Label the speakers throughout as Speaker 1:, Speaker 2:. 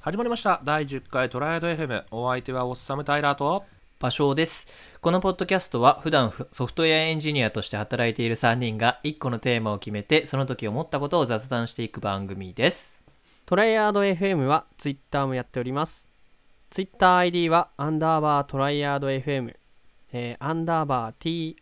Speaker 1: 始まりました第10回トライアド FM。 お相手はオッサムタイラーと
Speaker 2: 場所です。このポッドキャストは普段ソフトウェアエンジニアとして働いている3人が1個のテーマを決めてその時思ったことを雑談していく番組です。
Speaker 3: トライアード FM はツイッターもやっております。ツイッター ID はアンダーバートライアード FM、アンダーバー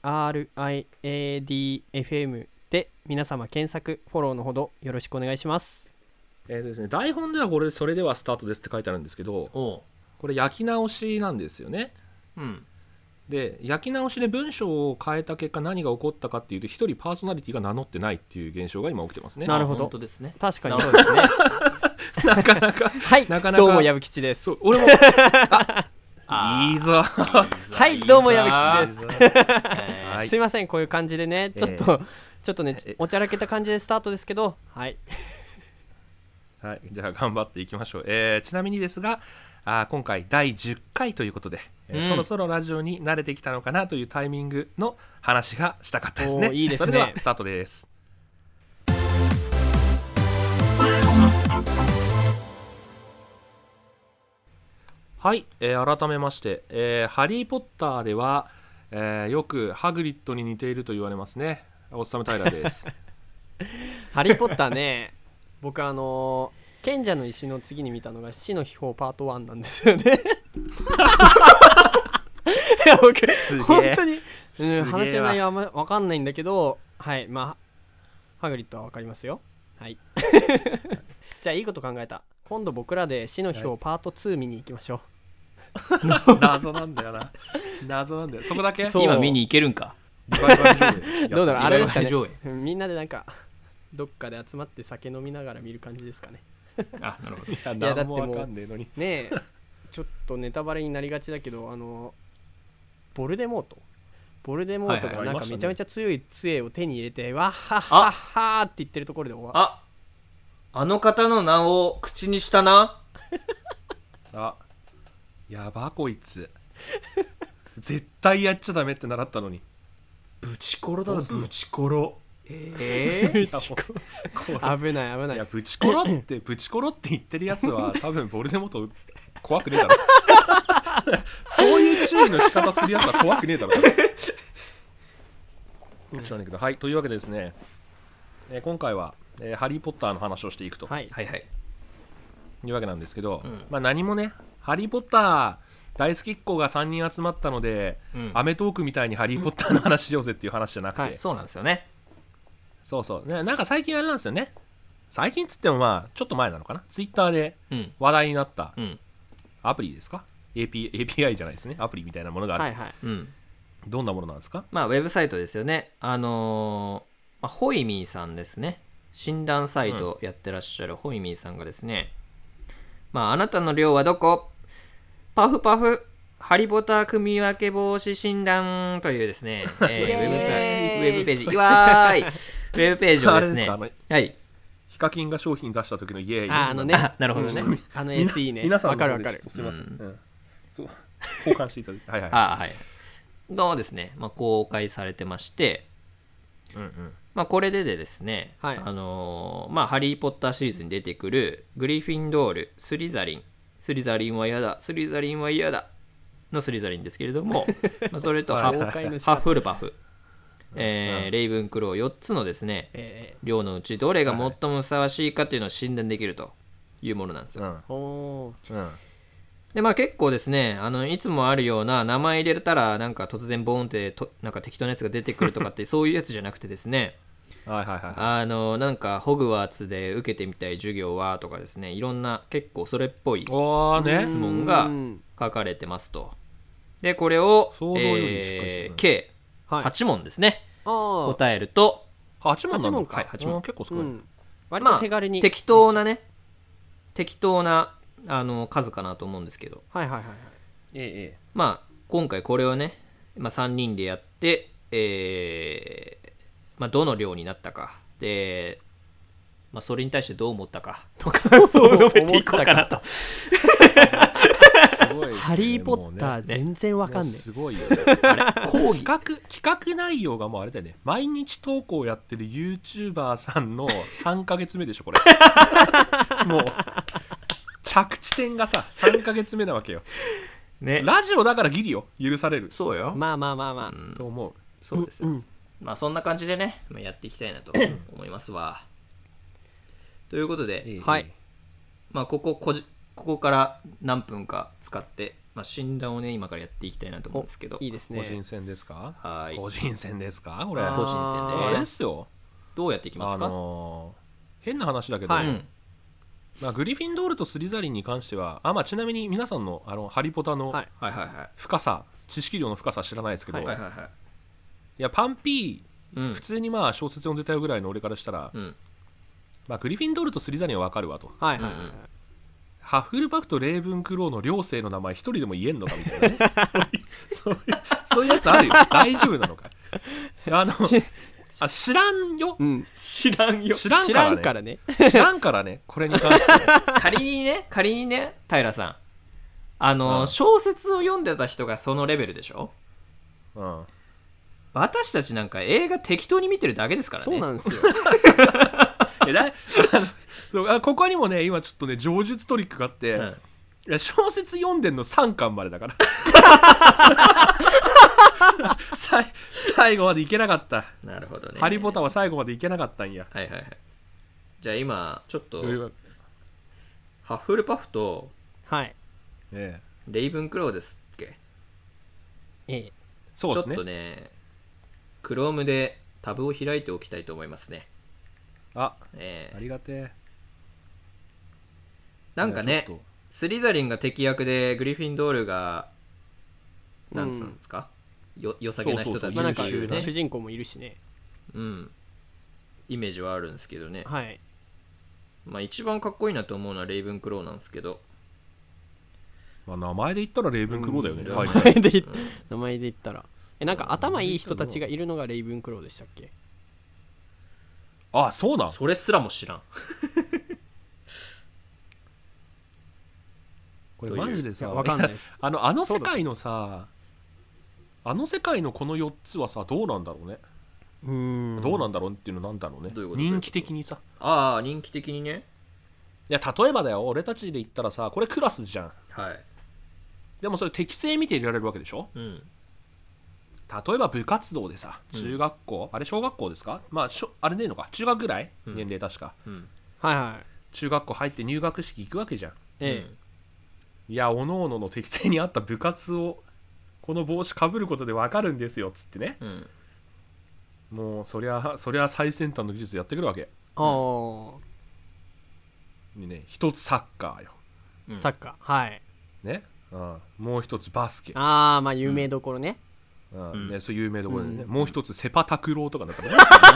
Speaker 3: TRIADFM で皆様検索フォローのほどよろしくお願いします。
Speaker 1: ですね、台本ではこれそれではスタートですって書いてあるんですけど、これ焼き直しなんですよね。で焼き直しで文章を変えた結果何が起こったかっていうと、一人パーソナリティが名乗ってないっていう現象が今起きてますね。
Speaker 3: なるほど。
Speaker 2: 本当ですね。
Speaker 3: 確かにそうですね。
Speaker 1: なかなか
Speaker 3: はい、
Speaker 1: なかなか
Speaker 3: どうも矢吹吉です。
Speaker 1: そう俺もいいぞ
Speaker 3: はいどうも矢吹吉です。
Speaker 1: はい
Speaker 3: すいません、こういう感じでね、ちょっとねおちゃらけた感じでスタートですけど、はい
Speaker 1: はい、じゃあ頑張っていきましょう。ちなみにですが今回第10回ということで、そろそろラジオに慣れてきたのかなというタイミングの話がしたかったですね。
Speaker 3: いいですね。
Speaker 1: それではスタートです。はい、改めまして、ハリーポッターでは、よくハグリッドに似ていると言われますね。オッサムタイラーです。
Speaker 3: ハリーポッターね、僕賢者の石の次に見たのが死の秘宝パート1なんですよね。いや僕本当に、話の内容はあんま分かんないんだけど、はい、まあハグリッドは分かりますよ。はいじゃあいいこと考えた。今度僕らで死の秘宝パート2見に行きましょ
Speaker 1: う。謎なんだよな。謎なんだよ。そこだけ
Speaker 2: 今見に行けるんか。
Speaker 1: リバイバル上映
Speaker 3: どうだろう、あれですかね。
Speaker 2: 上映
Speaker 3: みんなでなんかどっかで集まって酒飲みながら見る感じですかね。
Speaker 2: あ、なるほど。
Speaker 1: いや
Speaker 3: だって
Speaker 1: 何もわかんねえのに
Speaker 3: ねえちょっとネタバレになりがちだけど、ボルデモートがなんかめちゃめちゃ強い杖を手に入れて、わっはっはっはーって言ってるところで終わ
Speaker 2: あの方の名を口にしたな。
Speaker 1: やばこいつ。絶対やっちゃダメって習ったのに。
Speaker 2: ブチコロだぞ、ブチコロ。
Speaker 3: 危ない
Speaker 1: いやブチコロって言ってるやつは多分ボルデモート怖くねえだろ。そういう注意の仕方するやつは怖くねえだろ。知らないけど、はい、というわけでですね、今回は、ハリーポッターの話をしていくと、
Speaker 3: はい
Speaker 1: いうわけなんですけど、何もね、ハリーポッター大好きっ子が3人集まったので、アメトークみたいにハリーポッターの話しようぜっていう話じゃなくて、
Speaker 2: そうなんですよね。
Speaker 1: そうね、なんか最近あれなんですよね。最近っつってもまあちょっと前なのかな。ツイッターで話題になったアプリですか、API じゃないですね、アプリみたいなものがあると、どんなものなんですか。
Speaker 2: ウェブサイトですよね。ホイミーさんですね。診断サイトやってらっしゃるホイミーさんがですね、あなたの寮はどこ？パフパフハリポタ組み分け防止診断というですね、ウェブページ、わーい、ウェブページをですね、はい、
Speaker 1: ヒカキンが商品出した時のイエーイ、
Speaker 3: なるほどね、SE ね、
Speaker 1: 皆さん
Speaker 3: わかる
Speaker 1: すいません、そう交換していただいて、はい
Speaker 2: がですね、公開されてまして、これでですね、ハリーポッターシリーズに出てくるグリフィンドール、スリザリンは嫌だのスリザリンですけれども、それとハッフルパフ、レイブンクロー4つのですね、寮のうちどれが最もふさわしいかというのを診断できるというものなんですよ。で結構ですね、いつもあるような名前入れたらなんか突然ボーンってなんか適当なやつが出てくるとかってそういうやつじゃなくてですね、なんかホグワーツで受けてみたい授業はとかですね、いろんな結構それっぽい質問が書かれてますと。でこれを、計8問ですね、答えると
Speaker 1: 8問なの
Speaker 3: か、
Speaker 1: 8問結構少ない、
Speaker 3: 割と手軽に、
Speaker 2: 適当な数かなと思うんですけど、今回これをね、3人でやって、どの量になったかで、それに対してどう思ったかとかそう述べていこうかなと。
Speaker 3: ハリーポッター全然わかんねえ。
Speaker 1: すごいよね。企画内容がもうあれだよね。毎日投稿やってる YouTuber さんの3ヶ月目でしょこれ。もう着地点がさ3ヶ月目なわけよね。ラジオだからギリよ許される。
Speaker 2: そうよ。
Speaker 3: まあまあまあまあ、
Speaker 1: と思う。
Speaker 2: そうですよ、まあそんな感じでね、やっていきたいなと思いますわということで、
Speaker 3: はい、
Speaker 2: まあここから何分か使って、診断をね今からやっていきたいなと思うんですけど。
Speaker 3: いいですね。
Speaker 1: 個人戦ですか。
Speaker 2: はい、
Speaker 1: 個人戦ですか。これ
Speaker 2: 個人戦で
Speaker 1: あれですよ。
Speaker 2: どうやっていきますか。
Speaker 1: 変な話だけど、グリフィンドールとスリザリンに関してはちなみに皆さんのハリポタの深さ、知識量の深さは知らないですけど、いやパンピー、普通に小説読んでたよぐらいの俺からしたら、グリフィンドールとスリザリンは分かるわと。ハッフルパフとレイブンクローの両生の名前一人でも言えんのかみたいなねそういうやつあるよ。大丈夫なのか知らんよ、
Speaker 2: 知らん
Speaker 3: からね
Speaker 1: これに関して
Speaker 2: 仮にね平さん小説を読んでた人がそのレベルでしょ。私たちなんか映画適当に見てるだけですからね。
Speaker 3: そうなんですよ
Speaker 1: ここにもね今ちょっとね上述トリックがあって、いや小説読んでんの3巻までだから最後までいけなかった。
Speaker 2: なるほどね。
Speaker 1: ハリーポッターは最後までいけなかったんや。
Speaker 2: じゃあ今ちょっとハッフルパフとレイブンクローですっけ。
Speaker 1: そうですね。
Speaker 2: ちょっとねクロームでタブを開いておきたいと思いますね。
Speaker 1: ありがてえ。
Speaker 2: なんかねスリザリンが敵役でグリフィンドールがなんつうんですか、良さげな人たちっていうね、
Speaker 3: 主人公もいるしね、
Speaker 2: イメージはあるんですけどね。一番かっこいいなと思うのはレイブンクローなんですけど、
Speaker 1: 名前で言ったらレイブンクローだよね。
Speaker 3: 名前で言ったらなんか頭いい人たちがいるのがレイブンクローでしたっけ。
Speaker 1: そうなん。
Speaker 2: それすらも知らん
Speaker 1: これマジでさ
Speaker 3: 分かんないです。
Speaker 1: あの世界のさ世界のこの4つはさどうなんだろうね。どうなんだろうっていうのなんだろうね。人気的にさ。
Speaker 2: 人気的にね。
Speaker 1: いや例えばだよ、俺たちで言ったらさこれクラスじゃん。でもそれ適正見ていられるわけでしょ。例えば部活動でさ中学校、あれ小学校ですか。あれねえのか中学ぐらい、年齢確か、中学校入って入学式行くわけじゃん。いやおのおのの適正に合った部活をこの帽子かぶることで分かるんですよっつってね、もうそりゃ最先端の技術やってくるわけ。ね、一つサッカーよ、
Speaker 3: サッカー
Speaker 1: ね、もう一つバスケ。
Speaker 3: 有名どころね。
Speaker 1: そう有名どころでね、もう一つセパタクローとかだったら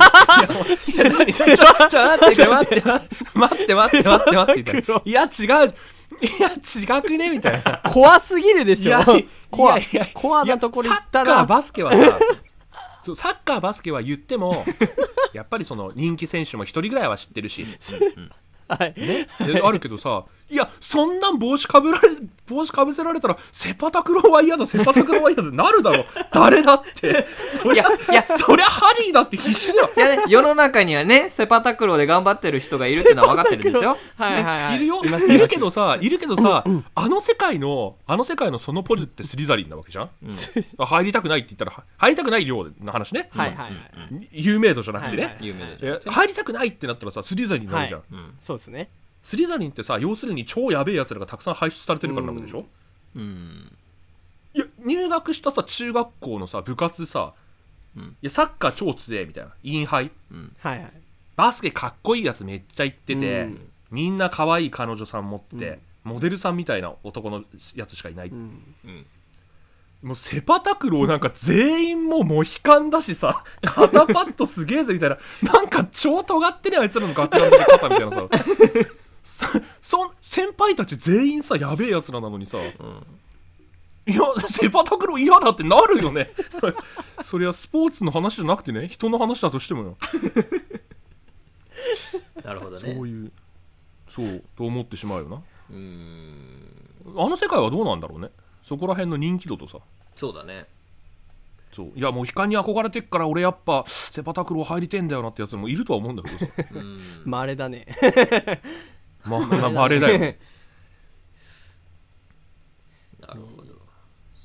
Speaker 1: 待っていや違くねみたいな。
Speaker 3: 怖すぎるでしょ。コアなところ行ったら。
Speaker 1: サッカーバスケはさサッカーバスケは言ってもやっぱりその人気選手も一人ぐらいは知ってるしね、あるけどさ、いやそんなん帽子かぶせられたらセパタクローは嫌だってなるだろ誰だって。いやそりゃハリーだって必死だよ。
Speaker 2: 世の中にはねセパタクローで頑張ってる人がいるっていうのは分かってるんですよ。
Speaker 1: いるよ。いるけどさ、あの世界のそのポジってスリザリンなわけじゃん。入りたくないって言ったら入りたくない量の話ね。有名度じゃなくてね。入りたくないってなったらさスリザリンになるじゃん。
Speaker 3: そうですね。
Speaker 1: スリザリンってさ要するに超やべえやつらがたくさん輩出されてるからなわけでしょ。いや入学したさ中学校のさ部活さ、いやサッカー超強えみたいなインハイ、バスケかっこいいやつめっちゃ行ってて、みんな可愛い彼女さん持ってて、モデルさんみたいな男のやつしかいない、もうセパタクローなんか全員もうモヒカンだしさ肩パッドすげえぜみたいな、なんか超尖ってねあいつらの学ランの肩みたいなさ先輩たち全員さやべえやつらなのにさ、いやセパタクロー嫌だってなるよねそれはスポーツの話じゃなくてね人の話だとしてもよ
Speaker 2: なるほどね。
Speaker 1: そうと思ってしまうよな。あの世界はどうなんだろうね。そこら辺の人気度とさ。
Speaker 2: そうだね。
Speaker 1: そういやもう悲観に憧れてっから俺やっぱセパタクロー入りてんだよなってやつもいるとは思うんだけどさ
Speaker 3: まれだね
Speaker 1: まれだよね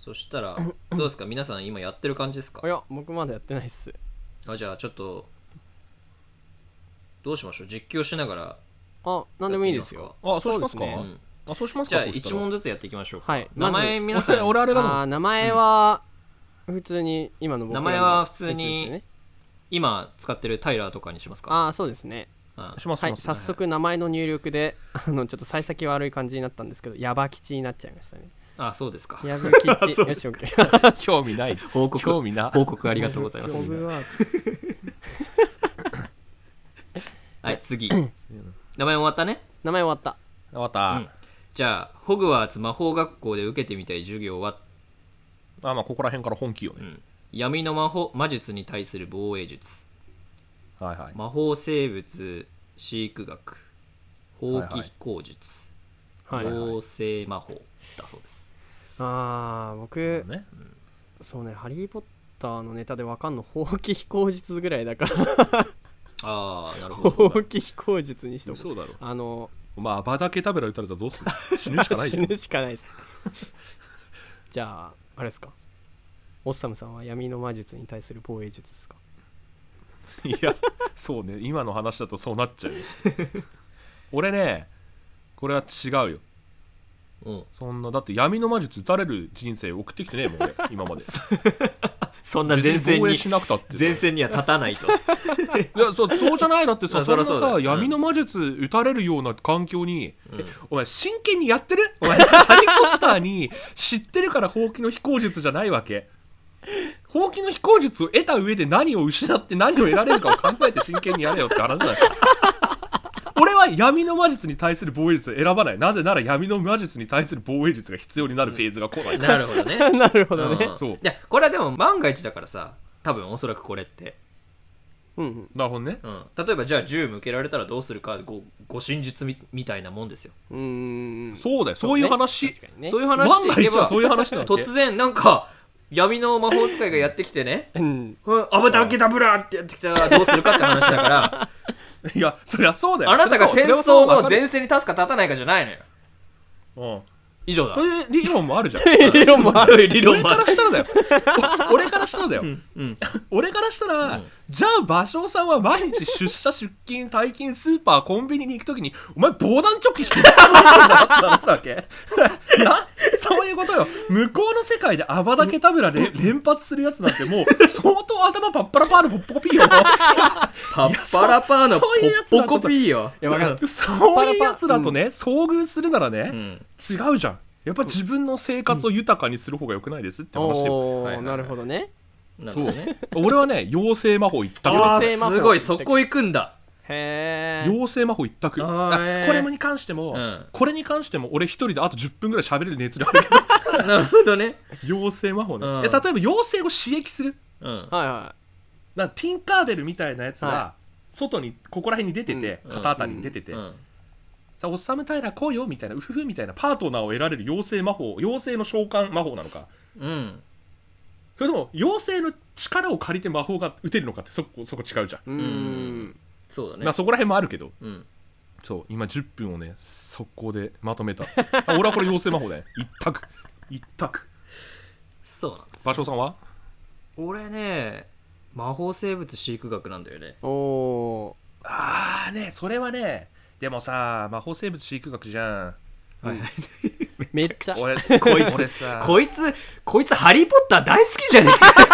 Speaker 2: そしたらどうですか皆さん今やってる感じですか？
Speaker 3: いや僕まだやってないっす。
Speaker 2: じゃあちょっとどうしましょう、実況しながら。
Speaker 3: なんでもいいですよ。
Speaker 1: そうしますか。そうしますか。
Speaker 2: じゃあ1問ずつやっていきましょうか。
Speaker 3: はい。
Speaker 2: 名前皆さん
Speaker 1: 俺あれだ
Speaker 3: 名前は普通に今の僕らの
Speaker 2: 名前は普通に今使ってるタイラーとかにしますか？
Speaker 3: そうですね。
Speaker 1: します。
Speaker 3: はい、早速名前の入力でちょっと幸先悪い感じになったんですけど、ヤバ吉になっちゃいましたね。
Speaker 2: そうですか。
Speaker 3: ヤバ吉よし OK
Speaker 1: 興味ない。
Speaker 2: 報告ありがとうございます。はい次名前終わったね。
Speaker 3: 名前終わ
Speaker 1: った、
Speaker 2: じゃあホグワーツ魔法学校で受けてみたい授業は？
Speaker 1: ここら辺から本気よね。
Speaker 2: 闇の魔術に対する防衛術、魔法生物飼育学、法器飛行術、合成魔法だそうです。
Speaker 3: 僕そうね、ハリーポッターのネタでわかんの法器飛行術ぐらいだから
Speaker 2: なるほど。
Speaker 3: 法器飛行術にしても
Speaker 1: そうだろアバダケタベラ打たれたらどうする？死ぬしかないじゃん。
Speaker 3: 死ぬしかないですじゃああれですか、オッサムさんは闇の魔術に対する防衛術ですか？
Speaker 1: いやそうね、今の話だとそうなっちゃうよ俺ねこれは違うよ。そんなだって闇の魔術打たれる人生送ってきてねえもん俺今まで
Speaker 2: そんな前線に
Speaker 1: しなくたって
Speaker 2: 前線には立たないとい
Speaker 1: やそうじゃない。だってさそんなさ闇の魔術打たれるような環境に、お前真剣にやってる？お前ハリーポッターに知ってるからほうきの飛行術じゃないわけ。ほうきの飛行術を得た上で何を失って何を得られるかを考えて真剣にやれよって話だよ俺は闇の魔術に対する防衛術を選ばない。なぜなら闇の魔術に対する防衛術が必要になるフェーズが来ない。
Speaker 2: なるほどね
Speaker 3: なるほどね。
Speaker 2: そういやこれはでも万が一だからさ、多分おそらくこれって
Speaker 1: なるほどね。
Speaker 2: 例えばじゃあ銃向けられたらどうするか、ご真実みたいなもんですよ。
Speaker 1: そうだよ、そういう話。
Speaker 2: そういう話でいけば
Speaker 1: そういう話な
Speaker 2: 突然なんか闇の魔法使いがやってきてね、アバタケタブラってやってきたらどうするかって話だから
Speaker 1: いやそりゃそうだよ。
Speaker 2: あなたが戦争の前線に立つか立たないかじゃないのよ。以上だ。
Speaker 1: という理論もあるじゃん
Speaker 3: 理論もある。
Speaker 1: 俺からしたらだよ俺からしたらだよ、俺からしたら、じゃあ芭蕉さんは毎日出社出勤退勤スーパーコンビニに行くときにお前防弾チョッキしてるって話だっけそういうことよ。向こうの世界でアバダケタブラ連発するやつなんてもう相当頭パッパラパーのポッポコピーよ
Speaker 2: パッパラパーのポッポコピーよ。
Speaker 1: そういうやつらとね、遭遇するならね、違うじゃん。やっぱ自分の生活を豊かにする方が良くないですって話よ。
Speaker 3: なるほどね。
Speaker 1: そう俺はね妖精魔法一択
Speaker 2: です。すごいそこ行くんだ。
Speaker 1: 妖精魔法一択。これに関しても俺一人であと10分ぐらい喋れる熱量あるけ
Speaker 2: どなるほどね。
Speaker 1: 妖精魔法ね。例えば妖精を刺激する、なんかティンカーベルみたいなやつが外にここら辺に出てて、肩あたりに出てて、さあオッサムタイラー来いよみたいなウフフみたいなパートナーを得られる妖精魔法、妖精の召喚魔法なのか、それとも妖精の力を借りて魔法が打てるのかってそこ違うじゃん。
Speaker 2: そうだね。
Speaker 1: そこら辺もあるけど、そう今10分をね速攻でまとめた俺はこれ妖精魔法だよ一択。
Speaker 2: そうなんです。
Speaker 1: 芭蕉さんは？
Speaker 2: 俺ね魔法生物飼育学なんだよね。
Speaker 1: ねそれはねでもさ魔法生物飼育学じゃん。
Speaker 3: めっちゃ
Speaker 2: こいつハリーポッター大好きじゃね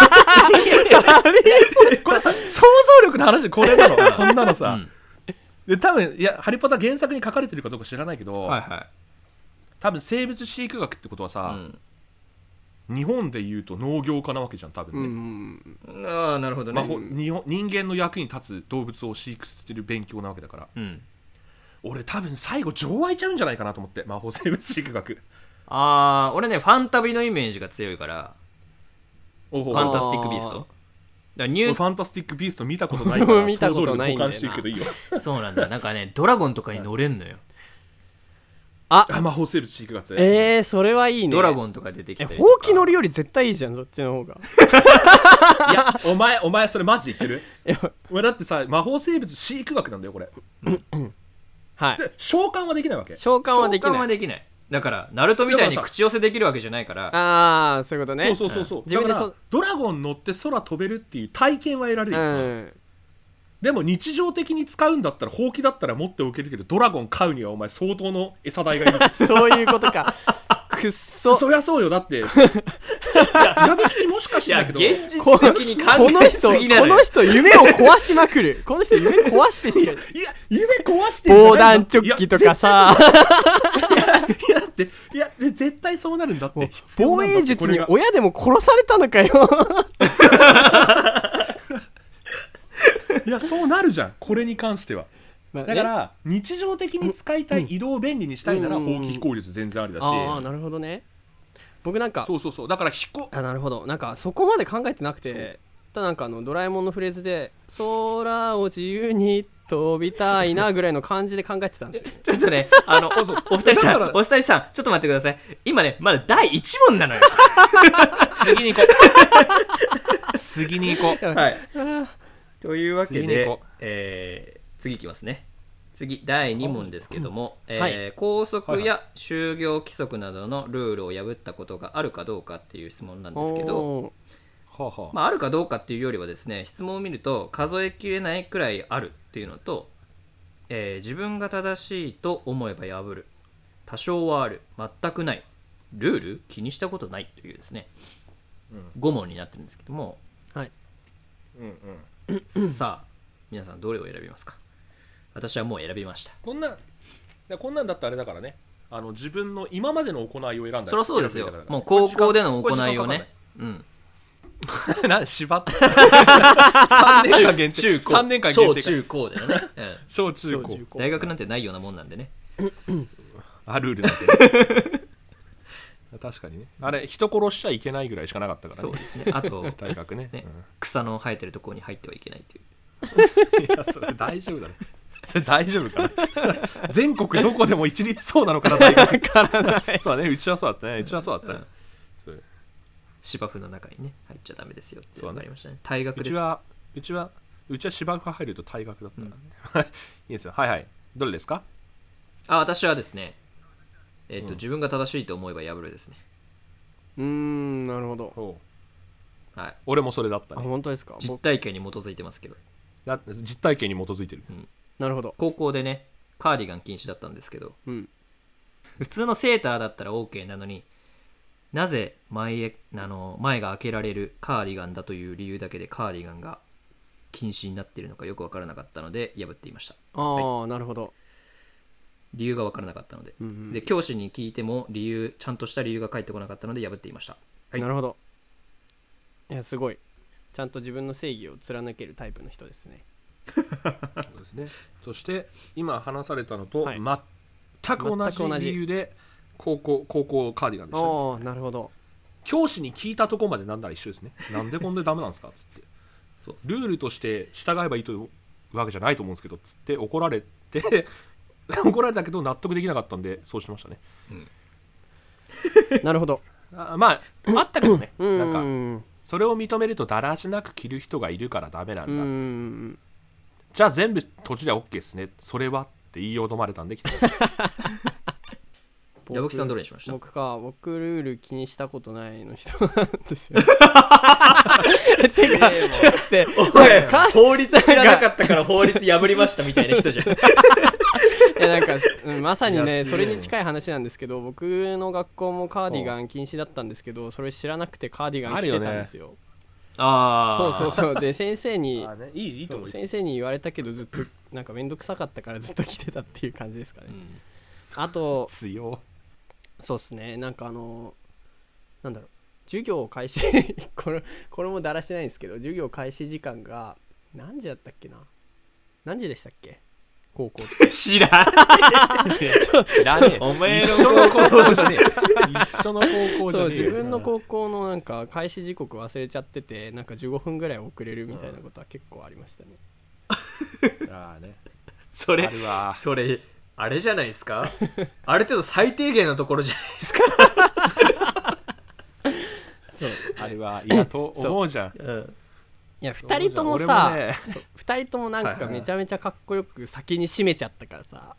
Speaker 1: えこれさ想像力の話でこれなのこんなのさ、で多分いやハリーポッター原作に書かれてるかどうか知らないけど、多分生物飼育学ってことはさ、日本でいうと農業家なわけじゃん多分ね。
Speaker 2: なるほどね。
Speaker 1: 人間の役に立つ動物を飼育してる勉強なわけだから、俺多分最後情湧いちゃうんじゃないかなと思って魔法生物飼育学。
Speaker 2: 俺ねファンタビのイメージが強いからファンタスティックビースト
Speaker 1: ファンタスティックビースト見たことないから想像力交換してるけどいいよ
Speaker 2: そうなんだ。なんかねドラゴンとかに乗れんのよ。
Speaker 1: 魔法生物飼育学
Speaker 3: それはいいね。
Speaker 2: ドラゴンとか出てきて
Speaker 3: ほうき乗りより絶対いいじゃんそっちの方が
Speaker 1: いやお前それマジで言ってる俺だってさ魔法生物飼育学なんだよこれで召喚はできないわけ。
Speaker 3: 召喚はできない。
Speaker 2: だからナルトみたいに口寄せできるわけじゃないから。
Speaker 3: ああそういうことね。
Speaker 1: そう、自分でドラゴン乗って空飛べるっていう体験は得られる、でも日常的に使うんだったら、ほうきだったら持っておけるけど、ドラゴン飼うにはお前相当の餌代がいる
Speaker 3: そういうことか。くっそ。
Speaker 1: そりゃそうよ。だって矢部吉もしかしてだけど、
Speaker 2: 現実的に考えすぎなのよ。
Speaker 3: この人夢を壊しまくる。この人夢壊してしかい
Speaker 1: や夢壊してる
Speaker 3: 防弾チョッキとかさ。
Speaker 1: いや絶対そうなるんだって。
Speaker 3: 防衛術に親でも殺されたのかよ。
Speaker 1: いやそうなるじゃん、これに関しては。だから日常的に使いたい、移動を便利にしたいならほうき飛行術全然ありだし。
Speaker 3: ああなるほどね。僕なんか
Speaker 1: そうだから
Speaker 3: なるほど、なんかそこまで考えてなくて、ただなんかドラえもんのフレーズで空を自由に飛びたいなぐらいの感じで考えてたんですよ。
Speaker 2: ちょっとね、お二人さんちょっと待ってください。今ねまだ第1問なのよ。
Speaker 1: 次に行こう。
Speaker 2: はい。というわけで次いきますね。次第2問ですけども、校則や就業規則などのルールを破ったことがあるかどうかっていう質問なんですけど、あるかどうかっていうよりはですね、質問を見ると数えきれないくらいあるっていうのと、自分が正しいと思えば破る、多少はある、全くない、ルール気にしたことないというですね、5問になってるんですけども、さあ皆さんどれを選びますか？私はもう選びました。
Speaker 1: こんなんだったらあれだからね、自分の今までの行いを選んだら。
Speaker 2: そりゃそうですよ。もう高校での行いをね。
Speaker 1: 縛って3年間限定。3年間限定。
Speaker 2: 小中高でね。
Speaker 1: 小中高。
Speaker 2: 大学なんてないようなもんなんでね。
Speaker 1: ルールなんてね。確かにね。あれ人殺しちゃいけないぐらいしかなかったからね。
Speaker 2: そうですね。あと
Speaker 1: 大学ね。
Speaker 2: 草の生えてるところに入ってはいけないという。
Speaker 1: いやそれ大丈夫だね。それ大丈夫かな。全国どこでも一律そうなのかな。大学からない。そうだね。うちはそうだったね。
Speaker 2: 芝生の中にね入っちゃダメですよって分かりましたね。退学です。
Speaker 1: うちは芝生入ると退学だったからね。いいですよ。はいどれですか？
Speaker 2: 私はですね自分が正しいと思えば破るですね。
Speaker 3: なるほど。
Speaker 2: はい。
Speaker 1: 俺もそれだったね。
Speaker 3: 本当ですか？
Speaker 2: 実体験に基づいてますけど。
Speaker 1: 実体験に基づいてる。
Speaker 3: なるほど。
Speaker 2: 高校でねカーディガン禁止だったんですけど、普通のセーターだったら OK なのに、なぜ前が開けられるカーディガンだという理由だけでカーディガンが禁止になっているのかよく分からなかったので破っていました。
Speaker 3: なるほど。
Speaker 2: 理由が分からなかったので、で教師に聞いてもちゃんとした理由が返ってこなかったので破っていました。
Speaker 3: なるほど。いやすごいちゃんと自分の正義を貫けるタイプの人ですね。
Speaker 1: そうですね。そして今話されたのと全く同じ理由で高校カーディガンでしたね。
Speaker 3: なるほど。
Speaker 1: 教師に聞いたとこまでなんなら一緒ですね。なんでこんでダメなんですかっつってそうルールとして従えばいいというわけじゃないと思うんですけどつって怒られたけど納得できなかったんでそうしましたね。
Speaker 3: なるほど。
Speaker 1: あったけどね。なんかそれを認めるとだらしなく着る人がいるからダメなんだ。じゃあ全部閉じりゃ OK ですね。それはって言いよどまれたんで来た。
Speaker 2: 矢吹さんどれにしました？
Speaker 3: 僕ルール気にしたことないの人なんですよ。て
Speaker 2: か法律知らなかったから法律破りましたみたいな人じゃん。い
Speaker 3: やなんかまさにねそれに近い話なんですけど、僕の学校もカーディガン禁止だったんですけど、それ知らなくてカーディガン着てたんですよ。そうで先生に先生に言われたけどずっとなんかめんどくさかったからずっと着てたっていう感じですかね。あとそうっすね。なんかなんだろう、授業開始これもだらしないんですけど、授業開始時間が何時だったっけな。何時でしたっけ高校って。
Speaker 2: 知らねえ。お前の高校じゃねえ。
Speaker 1: 一緒の高校じゃねえ。
Speaker 3: 自分の高校のなんか開始時刻忘れちゃってて、なんか15分ぐらい遅れるみたいなことは結構ありましたね。
Speaker 2: それあれじゃないですか。ある程度最低限のところじゃないですか。
Speaker 1: そうあれはいやと思うじゃん。
Speaker 3: いや2人ともさ、ね、2人ともなんかめちゃめちゃかっこよく先に締めちゃったからさ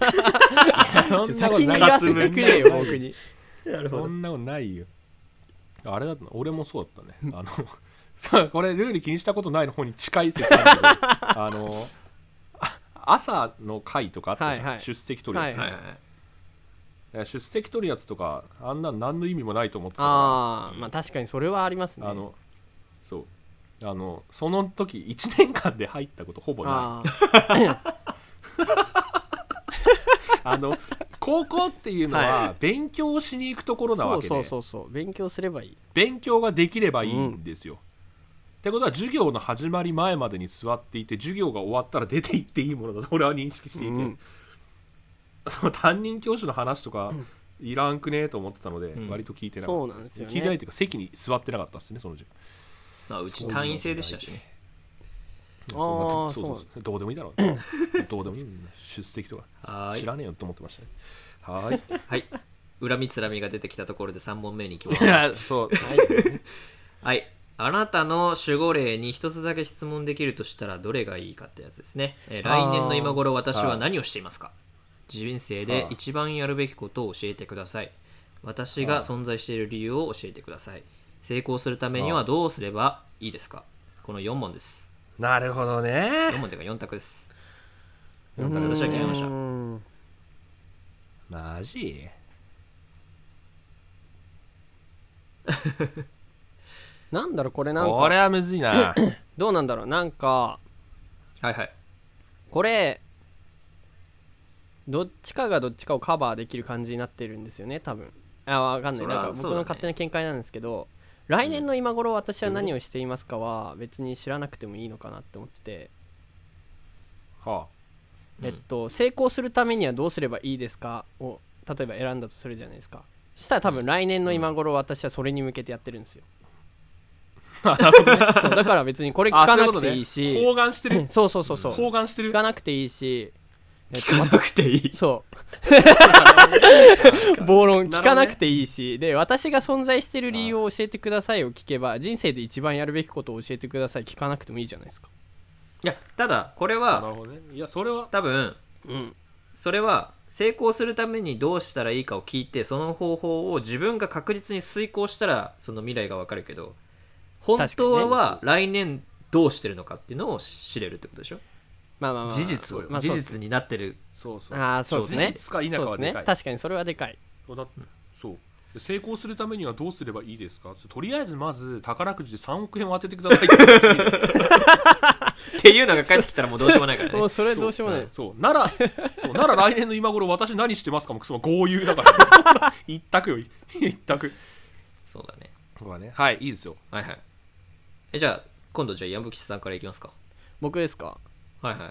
Speaker 3: 先に言わせてくれよ僕に
Speaker 1: そんなことないよ。あれだったの、俺もそうだったねさこれルール気にしたことないの方に近い説あるけど朝の会とかあったじゃん、はいはい、出席取るやつ、はいはいはい、出席取るやつとかあんな何の意味もないと思ってたから。
Speaker 3: まあ確かにそれはありますね。
Speaker 1: そうその時1年間で入ったことほぼない高校っていうのは勉強しに行くところなわけで、
Speaker 3: そう勉強すればいい、
Speaker 1: 勉強ができればいいんですよ、ってことは授業の始まり前までに座っていて、授業が終わったら出て行っていいものだと俺は認識していて、その担任教師の話とかいらんくねと思ってたので、割と聞いてなかった、
Speaker 3: そうなんですよね、
Speaker 1: 聞いてないというか席に座ってなかったですね、その時。
Speaker 2: うち単位制でしたしね。
Speaker 1: そうどうでもいいだろうどうでもいい出席とか知らねえよと思ってましたね。はい
Speaker 2: はい恨みつらみが出てきたところで3問目に行きます。そうはい、あなたの守護霊に一つだけ質問できるとしたらどれがいいかってやつですね。来年の今頃私は何をしていますか。人生で一番やるべきことを教えてください。私が存在している理由を教えてください。成功するためにはどうすればいいですか。この4問です。
Speaker 1: なるほどね。
Speaker 2: 4問というか4択です。4択私は決めました。
Speaker 1: マジ
Speaker 3: なんだろうこれ、なんか
Speaker 1: これはむずいな
Speaker 3: どうなんだろう、なんか
Speaker 2: はいはい、
Speaker 3: これどっちかがどっちかをカバーできる感じになってるんですよね多分。わかんない、なんか僕の勝手な見解なんですけど、来年の今頃私は何をしていますかは別に知らなくてもいいのかなって思ってて、成功するためにはどうすればいいですかを例えば選んだとするじゃないですか。そしたら多分来年の今頃私はそれに向けてやってるんですよ。そうだから別にこれ聞かなくていいし、
Speaker 1: 包含してる
Speaker 3: そう
Speaker 1: 包含してる、
Speaker 3: 聞かなくていいし、
Speaker 2: 聞かなくていい、
Speaker 3: そう暴論聞かなくていいし、で私が存在している理由を教えてくださいを聞けば、人生で一番やるべきことを教えてください聞かなくてもいいじゃないですか。
Speaker 2: いやただこれは、
Speaker 1: なるほどね、いやそれは
Speaker 2: 多分、それは成功するためにどうしたらいいかを聞いて、その方法を自分が確実に遂行したらその未来が分かるけど、本当は来年どうしてるのかっていうのを知れるってことでしょ。事実になってる。
Speaker 3: そうですね。
Speaker 1: 事実か否かはでかい。
Speaker 3: 確かにそれはでかい。
Speaker 1: そう成功するためにはどうすればいいですか。とりあえずまず宝くじで3億円を当ててください
Speaker 2: っていうのが返ってきたらもうどうしようもないからね。
Speaker 3: もうそれどうしようもない。
Speaker 1: なら来年の今頃私何してますかもクソ豪遊だから一択よ一択。
Speaker 2: そうだね。
Speaker 1: はいいいですよ。
Speaker 2: はいはい。じゃあ今度矢吹さんからいきますか。
Speaker 3: 僕ですか。
Speaker 2: はいはい。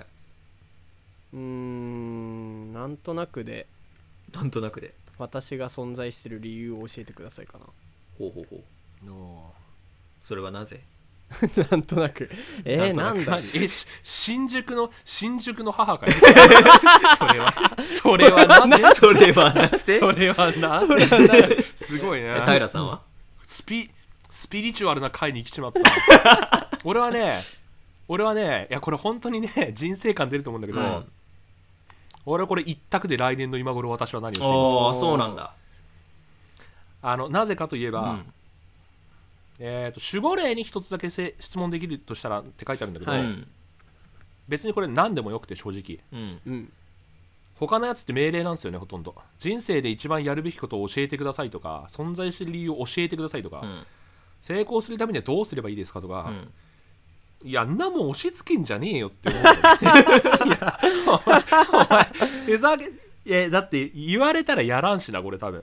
Speaker 3: なんとなくで私が存在している理由を教えてくださいかな。
Speaker 2: ほうそれはなぜ
Speaker 3: なんとなくなんだ
Speaker 1: 新宿の母かよ
Speaker 2: それはなぜ
Speaker 1: すごいね。
Speaker 2: 平さんは
Speaker 1: スピリチュアルな回に来ちまった俺はねいやこれ本当にね人生観出ると思うんだけど、俺はこれ一択で来年の今頃私は何をしていますか。
Speaker 2: そうなんだ。
Speaker 1: なぜかといえば、守護霊に一つだけ質問できるとしたらって書いてあるんだけど、別にこれ何でもよくて正直、他のやつって命令なんですよね。ほとんど人生で一番やるべきことを教えてくださいとか、存在している理由を教えてくださいとか、成功するためにはどうすればいいですかとか、いやんなもん押し付けんじゃねえよって思う、ね、いやお前ふざけだって言われたらやらんしなこれ多分。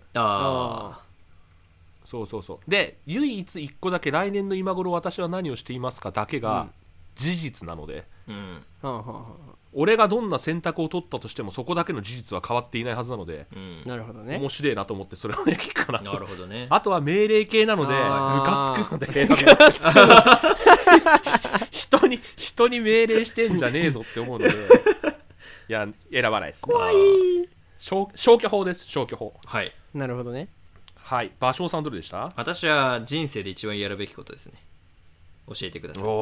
Speaker 1: そうで唯一一個だけ来年の今頃私は何をしていますかだけが事実なので、俺がどんな選択を取ったとしてもそこだけの事実は変わっていないはずなので、
Speaker 3: なるほどね、
Speaker 1: 面白いなと思ってそれを聞くかなと。
Speaker 2: なるほどね。
Speaker 1: あとは命令系なのでムカつくので人に命令してんじゃねえぞって思うのでいや選ばないです。
Speaker 3: 怖い。
Speaker 1: 消去法です。消去法。
Speaker 2: はい。
Speaker 3: なるほどね。
Speaker 1: はい。芭蕉さんどれでした？
Speaker 2: 私は人生で一番やるべきことですね。 教えてください。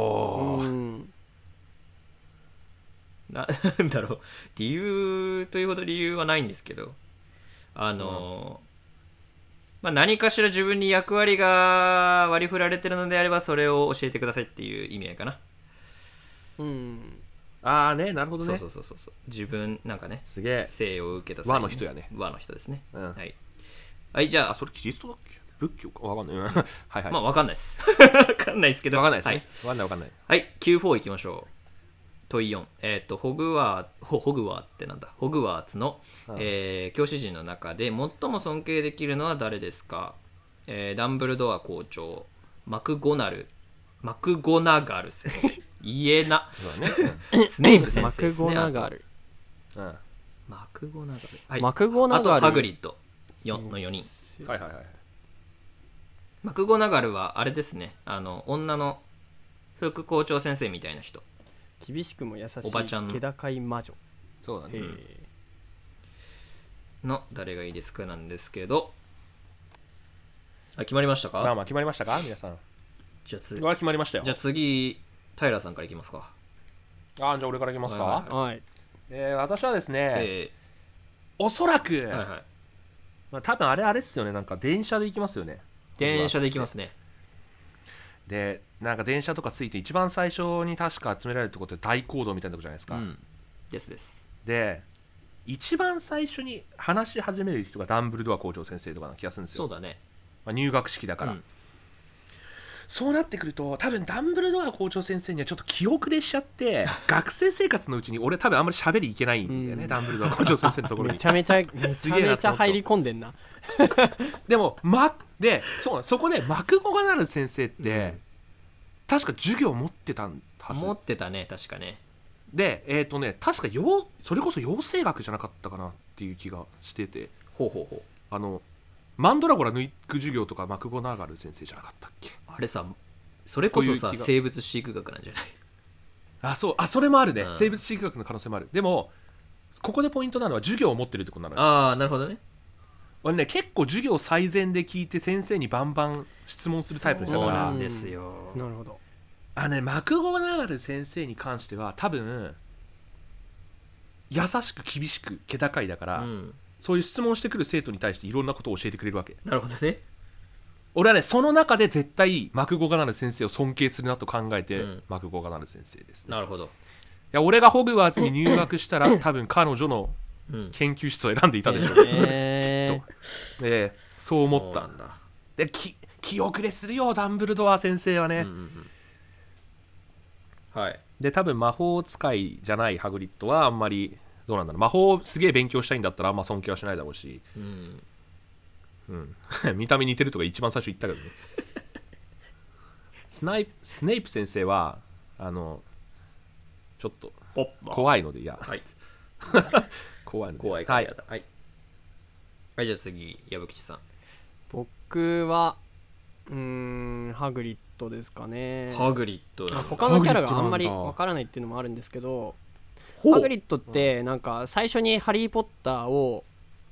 Speaker 2: なんだろう、理由というほど理由はないんですけど、何かしら自分に役割が割り振られてるのであればそれを教えてくださいっていう意味合いかな。
Speaker 1: ああね、なるほどね。
Speaker 2: そう自分なんかね、
Speaker 1: すげえ
Speaker 2: 生を受けた
Speaker 1: 和の人やね。
Speaker 2: 和の人ですね。
Speaker 1: はい、じゃあそれキリストだっけ、仏教かわかんないはいはい、
Speaker 2: まあわかんないですわかんないですけど、
Speaker 1: わかんないですね、わかんない。
Speaker 2: はい、Q4 いきましょう。問い4、ホグワーツの、教師陣の中で最も尊敬できるのは誰ですか？ダンブルドア校長、マクゴナガル先生言えなスネイプ先生ですね。マクゴナガル、はい、
Speaker 3: マクゴナガル、
Speaker 2: あとハグリッドの4人。
Speaker 1: はい。
Speaker 2: マクゴナガルはあれですね、女の副校長先生みたいな人、
Speaker 3: 厳しくも優しい
Speaker 2: おばちゃん
Speaker 3: 気高い魔女。
Speaker 1: そうだね。
Speaker 2: の誰がいいですかなんですけど、決まりましたか？
Speaker 1: まあ決まりましたか皆さん。
Speaker 2: じゃあ次
Speaker 1: 決まりましたよ。
Speaker 2: じゃあ次タイラーさんからいきますか。
Speaker 1: じゃあ俺からいきますか。
Speaker 3: はい。
Speaker 1: 私はですね、おそらく、多分あれっすよね、なんか電車で行きますよね。
Speaker 2: 電車で行きますね。
Speaker 1: でなんか電車とかついて一番最初に確か集められるってことで大講堂みたいなとこじゃないですか。
Speaker 2: です
Speaker 1: で一番最初に話し始める人がダンブルドア校長先生とかな気がするんですよ。
Speaker 2: そうだね、
Speaker 1: 入学式だから、そうなってくると多分ダンブルドア校長先生にはちょっと気遅れしちゃって学生生活のうちに俺多分あんまり喋りいけないんだよね、ダンブルドア校長先生のところに
Speaker 3: めちゃめちゃ入り込んでんな
Speaker 1: でもそこでマクゴガナル先生って、確か授業を持ってたはず。
Speaker 2: 持ってたね、確かね。
Speaker 1: で確かそれこそ養成学じゃなかったかなっていう気がしてて、マンドラゴラ抜く授業とかマクゴナガル先生じゃなかったっけ？
Speaker 2: あれさ、それこそさ生物飼育学なんじゃない？
Speaker 1: それもあるね、生物飼育学の可能性もある。でもここでポイントなのは授業を持ってるってことなのよ。
Speaker 2: なるほどね。
Speaker 1: 俺ね結構授業最善で聞いて先生にバンバン質問するタイプの人だから。
Speaker 2: そうなんですよ。
Speaker 3: なるほど。
Speaker 1: マクゴナガル先生に関しては多分優しく厳しく気高いだから、そういう質問してくる生徒に対していろんなことを教えてくれるわけ。
Speaker 2: なるほどね。
Speaker 1: 俺はねその中で絶対マクゴガナル先生を尊敬するなと考えて、マクゴガナル先生ですね。
Speaker 2: なるほど。い
Speaker 1: や俺がホグワーツに入学したら多分彼女の研究室を選んでいたでしょう、きっと。そう思ったんだ。で気遅れするよダンブルドア先生はね。
Speaker 2: はい。
Speaker 1: で多分魔法使いじゃないハグリッドはあんまりどうなんだろう、魔法すげえ勉強したいんだったらあんま尊敬はしないだろうし、見た目似てるとか一番最初言ったけどねスネイプ先生はちょっと怖いので嫌、怖いので
Speaker 2: 怖いから嫌だ。はい、じゃあ次矢吹さん。
Speaker 3: 僕はハグリッドですかね。
Speaker 2: ハグリッド。
Speaker 3: 他のキャラがあんまりわからないっていうのもあるんですけど、ハグリッドってなんか最初にハリー・ポッターを、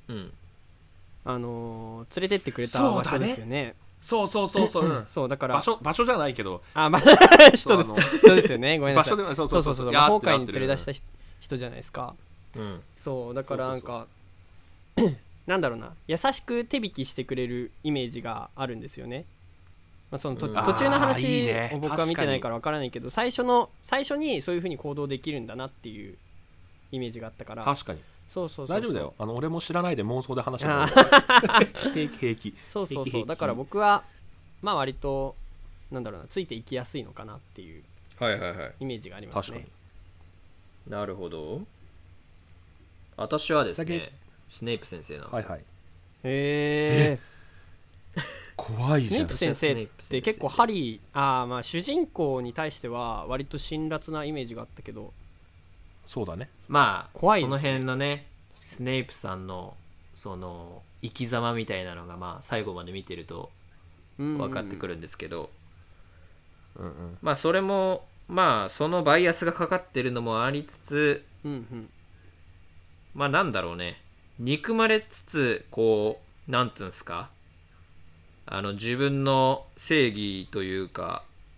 Speaker 3: 連れてってくれた場所ですよね。
Speaker 1: そう
Speaker 3: だから
Speaker 1: 場所じゃないけど
Speaker 3: 人ですよね。ごめんなさい。魔法界に連れ出した人じゃないですか。そうだからなんかなんだろうな、優しく手引きしてくれるイメージがあるんですよね。その途中の話を僕は見てないから分からないけど、最初にそういう風に行動できるんだなっていうイメージがあったから。
Speaker 1: 確かに大丈夫だよ。俺も知らないで妄想で話してる平気。
Speaker 3: そうだから僕はまあ割となんだろうな、ついていきやすいのかなっていうイメージがありますね。確か
Speaker 2: に。なるほど。私はですねスネイプ先生なんですよ。
Speaker 1: 怖いじゃん。
Speaker 3: スネイプ先生って結構ハリー主人公に対しては割と辛辣なイメージがあったけど、
Speaker 1: そうだね。
Speaker 2: まあ怖い、ね、その辺のねスネイプさんのその生き様みたいなのがまあ最後まで見てると分かってくるんですけど、まあそれもまあそのバイアスがかかってるのもありつつ、まあなんだろうね、憎まれつつこうなんつうんすか、自分の正義というか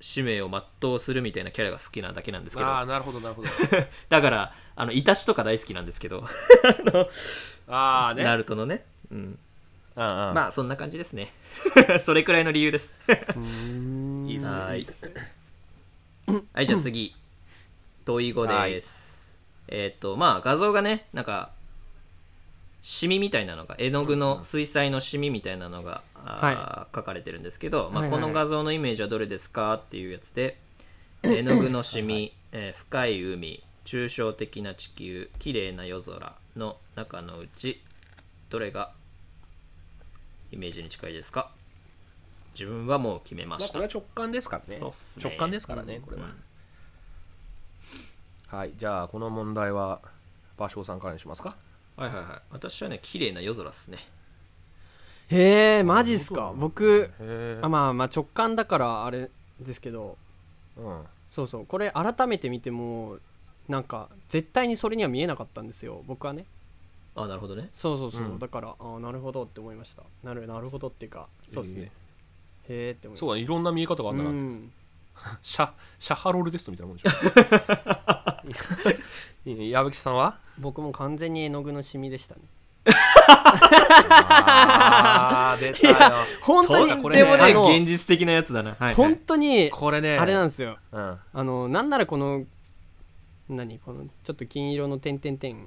Speaker 2: 使命を全うするみたいなキャラが好きなだけなんですけど。
Speaker 1: あ、なるほどなるほど
Speaker 2: だからイタチとか大好きなんですけど
Speaker 1: あね、
Speaker 2: ナルトのね、うん、まあそんな感じですねそれくらいの理由です
Speaker 1: いいですね。
Speaker 2: はい、はい、じゃあ次問い語です。まあ画像がね、なんかシミみたいなのが、絵の具の水彩のシミみたいなのが、書かれてるんですけど、まあ、この画像のイメージはどれですかっていうやつで、絵の具のシミ、深い海、抽象的な地球、綺麗な夜空の中のうちどれがイメージに近いですか？自分はもう決めました。
Speaker 1: これは直感ですからね。
Speaker 2: そうっすね、
Speaker 1: 直感ですからね、これは、はい。じゃあこの問題は芭蕉さんからにしますか？
Speaker 2: はいはいはい。私はね、綺麗な夜空っすね。
Speaker 3: へえ、マジっすか。僕まあ直感だからあれですけど、そうそう、これ改めて見てもなんか絶対にそれには見えなかったんですよ、僕はね。
Speaker 2: なるほどね。
Speaker 3: そうそうそう、だからなるほどって思いました。なるほどっていうか、そうですね。へえって思いました。
Speaker 1: そうだ、いろんな見え方があったなって。シャハロルテストみたいなもんでしょ矢吹さんは？
Speaker 3: 僕も完全に絵の具のシミでしたね
Speaker 1: 出たよ。
Speaker 3: 本当に
Speaker 2: これ、ね、現実的なやつだな、はいはい、
Speaker 3: 本当に
Speaker 1: これね、
Speaker 3: あれなんですよ、なんならこのこのちょっと金色の点々点、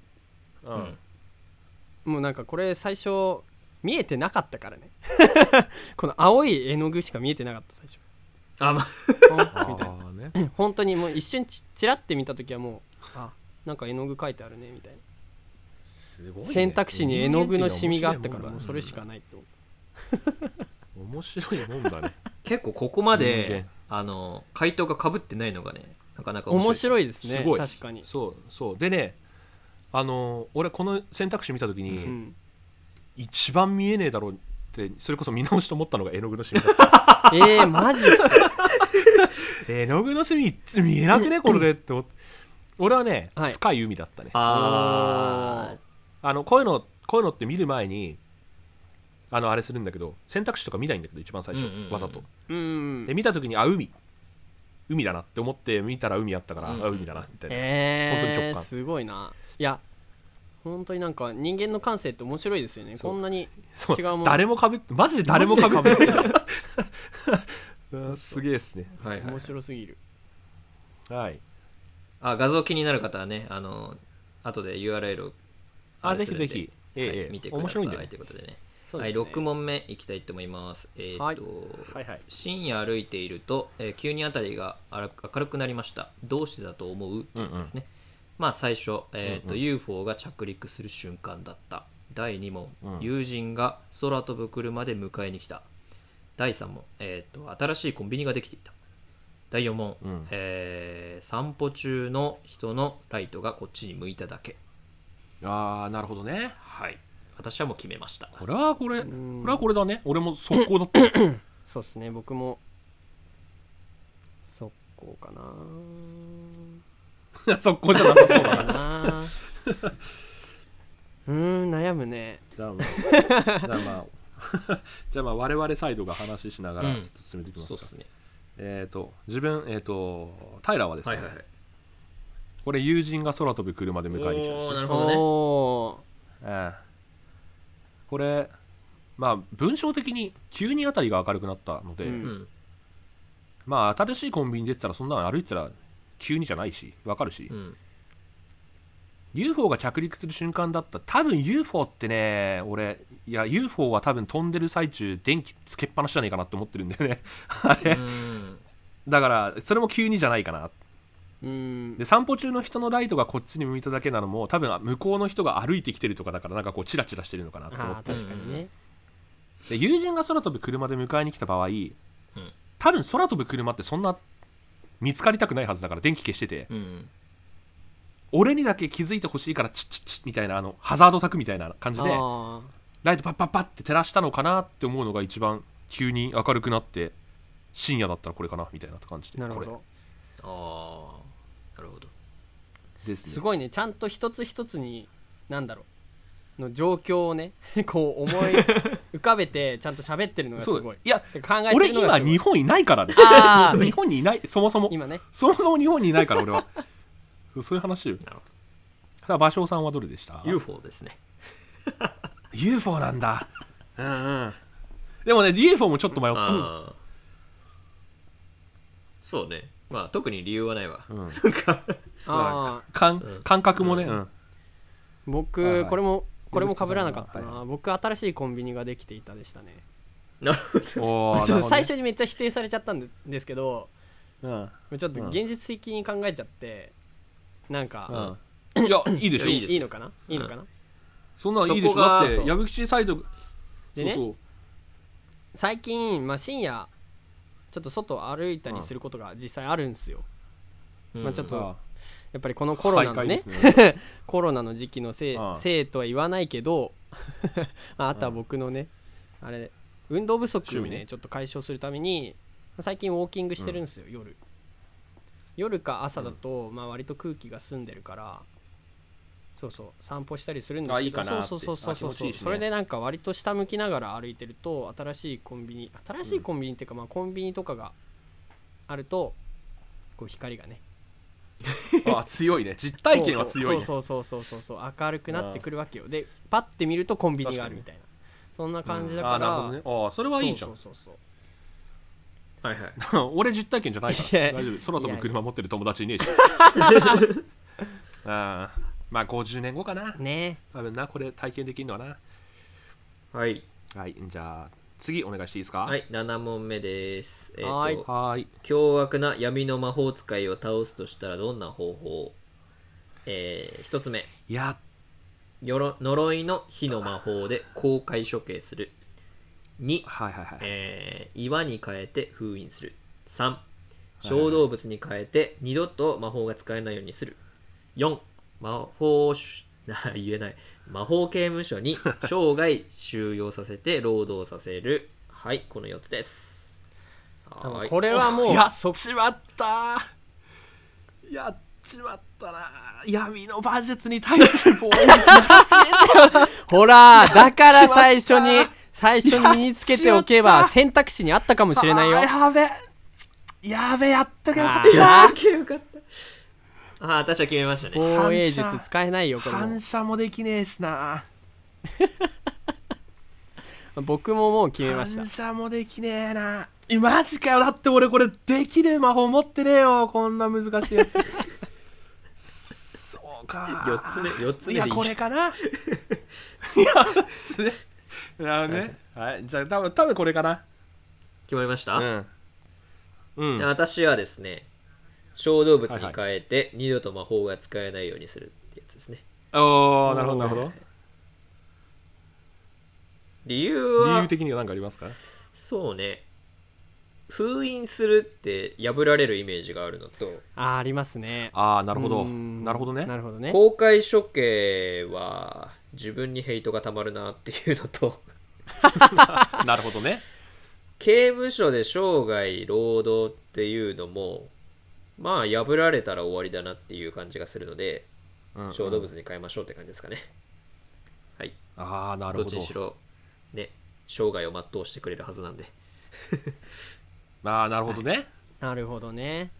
Speaker 3: もうなんかこれ最初見えてなかったからねこの青い絵の具しか見えてなかった、最初。みたいなね、本当にもう一瞬チラって見たときはもうなんか絵の具書いてあるねみたいな。
Speaker 1: すごいね、
Speaker 3: 選択肢に絵の具のシミがあったからもうそれしかないと
Speaker 1: 面白いもんだね
Speaker 2: 結構ここまで回答が被ってないのがね、なかなか
Speaker 3: 面白いですね。
Speaker 1: すごい、
Speaker 3: 確かに。
Speaker 1: そうでね、俺この選択肢見たときに、一番見えねえだろうってそれこそ見直しと思ったのが絵の具のシミだった
Speaker 3: マジですか
Speaker 1: 絵の具のシミ見えなくねこれでって思って、俺はね、深い海だったね。こういうのって見る前にあれするんだけど、選択肢とか見ないんだけど一番最初、わざと、で見た時に海だなって思って見たら海あったから、海だなみたいな、本当に直感。
Speaker 3: すごいな。いや本当になんか人間の感性って面白いですよね。こんなに違うもん。
Speaker 1: 誰もかぶってマジで誰もかぶってないすげえっすね。
Speaker 3: 面白すぎる。
Speaker 1: はい。
Speaker 2: 画像気になる方はね、後で URL を
Speaker 1: ぜひぜひ、
Speaker 2: 見てくださいということでね。はい、6問目いきたいと思います。深夜歩いていると、急に辺りが明るくなりました。どうしてだと思うってやつですね。まあ最初、UFO が着陸する瞬間だった。第2問、友人が空飛ぶ車で迎えに来た。第3問、新しいコンビニができていた。第4問、散歩中の人のライトがこっちに向いただけ。
Speaker 1: なるほどね。
Speaker 2: はい。私はもう決めました。
Speaker 1: これはこれだね。俺も速攻だった
Speaker 3: そうっすね、僕も速攻かな
Speaker 1: 速攻じゃなさそうだな
Speaker 3: 悩むね。
Speaker 1: じゃあまあ我々サイドが話しながらちょっと進めていきますか。
Speaker 2: そうっすね。
Speaker 1: 自分平はですね、これ友人が空飛ぶ車で迎えに来たんですね。
Speaker 2: なるほどね。
Speaker 1: これまあ文章的に急に辺りが明るくなったので、まあ新しいコンビニ出てたらそんなの歩いてたら急にじゃないし分かるし、UFO が着陸する瞬間だった。多分 UFO ってね、UFO は多分飛んでる最中電気つけっぱなしじゃねえかなって思ってるんだよねあれだからそれも急にじゃないかな。で散歩中の人のライトがこっちに向いただけなのも多分向こうの人が歩いてきてるとかだから、なんかこうチラチラしてるのかなって思って。
Speaker 3: 確かにね。
Speaker 1: で友人が空飛ぶ車で迎えに来た場合、多分空飛ぶ車ってそんな見つかりたくないはずだから電気消してて、俺にだけ気づいてほしいからチッチッチッみたいなハザードタクみたいな感じでライトパッパッパッって照らしたのかなって思うのが一番急に明るくなって、深夜だったらこれかなみたいな感じで。
Speaker 3: なるほど。
Speaker 2: なるほど
Speaker 1: ですね。
Speaker 3: すごいね。ちゃんと一つ一つにの状況をねこう思い浮かべてちゃんと喋ってるのがすごい。
Speaker 1: いや
Speaker 3: 考えてるのがすごい。
Speaker 1: 俺今日本いないからね。日本にいない、そもそも
Speaker 3: 今ね、
Speaker 1: そもそも日本にいないから俺はそういう話よ。
Speaker 2: なるほど。
Speaker 1: さあ芭蕉さんはどれでした？
Speaker 2: UFO ですね。
Speaker 1: UFO なんだ。うんうん。でもね UFO もちょっと迷った。
Speaker 2: そうね。まあ特に理由はないわ。
Speaker 1: 感覚もね。
Speaker 3: 僕これも被らなかったな。僕新しいコンビニができていたでしたね。
Speaker 2: なるほ
Speaker 3: ど。最初にめっちゃ否定されちゃったんですけど、ちょっと現実的に考えちゃってなんか、
Speaker 1: いやいいでしょ。
Speaker 3: いいのかな。
Speaker 1: そんなのいいでしょ。だって矢吹サイド
Speaker 3: でね、最近、深夜ちょっと外歩いたりすることが実際あるんですよ。ちょっとやっぱりこのコロナのねコロナの時期のせいとは言わないけどあとは僕のねあれ運動不足をねちょっと解消するために最近ウォーキングしてるんですよ。夜か朝だと割と空気が澄んでるから散歩したりするんですけど、それでなんか割と下向きながら歩いてると新しいコンビニっていうかコンビニとかがあるとこう光がね
Speaker 1: 強いね。実体験は強いね。
Speaker 3: 明るくなってくるわけよ。でパッて見るとコンビニがあるみたいな、そんな感じだから、
Speaker 1: なるほどね。それはいいじゃん。
Speaker 2: はいはい。
Speaker 1: 俺実体験じゃないから大丈夫。空飛ぶ車持ってる友達いねえし50年後かな
Speaker 3: ね。
Speaker 1: 多分な、これ体験できるのはな。はい、じゃあ次お願いしていいですか？
Speaker 2: はい、7問目です。
Speaker 1: 凶
Speaker 2: 悪な闇の魔法使いを倒すとしたらどんな方法？1つ目、呪いの火の魔法で公開処刑する。2、岩に変えて封印する。3、小動物に変えて二度と魔法が使えないようにする。4、魔法刑務所に生涯収容させて労働させる。はい、この4つです。
Speaker 3: これはもう
Speaker 1: やっちまったな。闇の馬術に対する防衛
Speaker 3: ほらだから最初に身につけておけば選択肢にあったかもしれないよ。
Speaker 1: やべやっとけよか
Speaker 2: った。私は決めましたね。
Speaker 3: 防衛術使えないよこれ。
Speaker 1: 反射もできねえしな
Speaker 3: 僕ももう決めました。
Speaker 1: 反射もできねえな。マジかよ。だって俺これできる魔法持ってねえよ。こんな難しいやつそうか。
Speaker 2: 4つ目
Speaker 1: でいい。これかな4つなるほどね。じゃあ多分これかな。
Speaker 2: 決まりました？私はですね、小動物に変えて二度と魔法が使えないようにするってやつですね。
Speaker 1: なるほど。
Speaker 2: 理由
Speaker 1: 的には何かありますか？
Speaker 2: そうね、封印するって破られるイメージがあるのと、
Speaker 3: ありますね。
Speaker 1: なるほどね。
Speaker 2: 公開処刑は自分にヘイトがたまるなっていうのと
Speaker 1: なるほどね。
Speaker 2: 刑務所で生涯労働っていうのも破られたら終わりだなっていう感じがするので、小動物に変えましょうって感じですかね。はい。
Speaker 1: なるほど。
Speaker 2: どっちにしろね、生涯を全うしてくれるはずなんで
Speaker 1: なるほどね。
Speaker 3: なるほどね。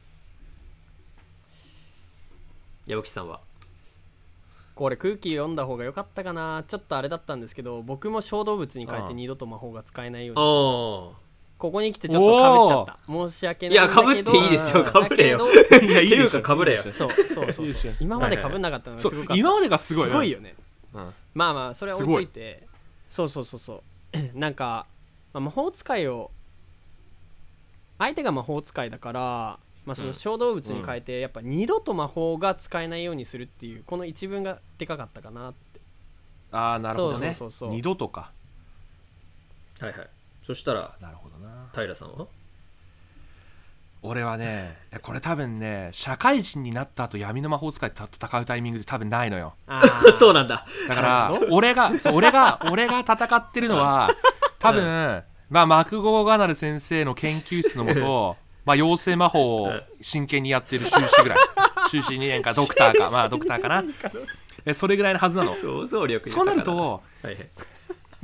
Speaker 2: 矢吹さんは？
Speaker 3: これ空気読んだ方が良かったかな。ちょっとあれだったんですけど、僕も小動物に変えて二度と魔法が使えないようにする。ここに来てちょっとかぶっちゃった。申し訳ないんだけど。
Speaker 2: いや、かぶっていいですよ。かぶれよ。いや、いいでしょ。かぶれよ。
Speaker 3: そう今までかぶんなかったのがすごかった。
Speaker 1: 今までがすごい
Speaker 3: よね。それは置いといて。そうなんか魔法使いを相手が魔法使いだから、その小動物に変えてやっぱ二度と魔法が使えないようにするっていうこの一文がでかかったかなって。
Speaker 1: なるほどね。二度とか。
Speaker 2: はい。そしたら
Speaker 1: なるほどな。
Speaker 2: 平さんは？
Speaker 1: 俺はね、これ多分ね、社会人になった後闇の魔法使いと戦うタイミングで多分ないのよ。
Speaker 2: そうなんだ。
Speaker 1: だから俺が戦ってるのは多分、マクゴーガナル先生の研究室のもと、妖精魔法を真剣にやってる修士ぐらい。修士2年かドクターか、ドクターかな。それぐらいのはずなの。
Speaker 2: 想像力。
Speaker 1: そうなると、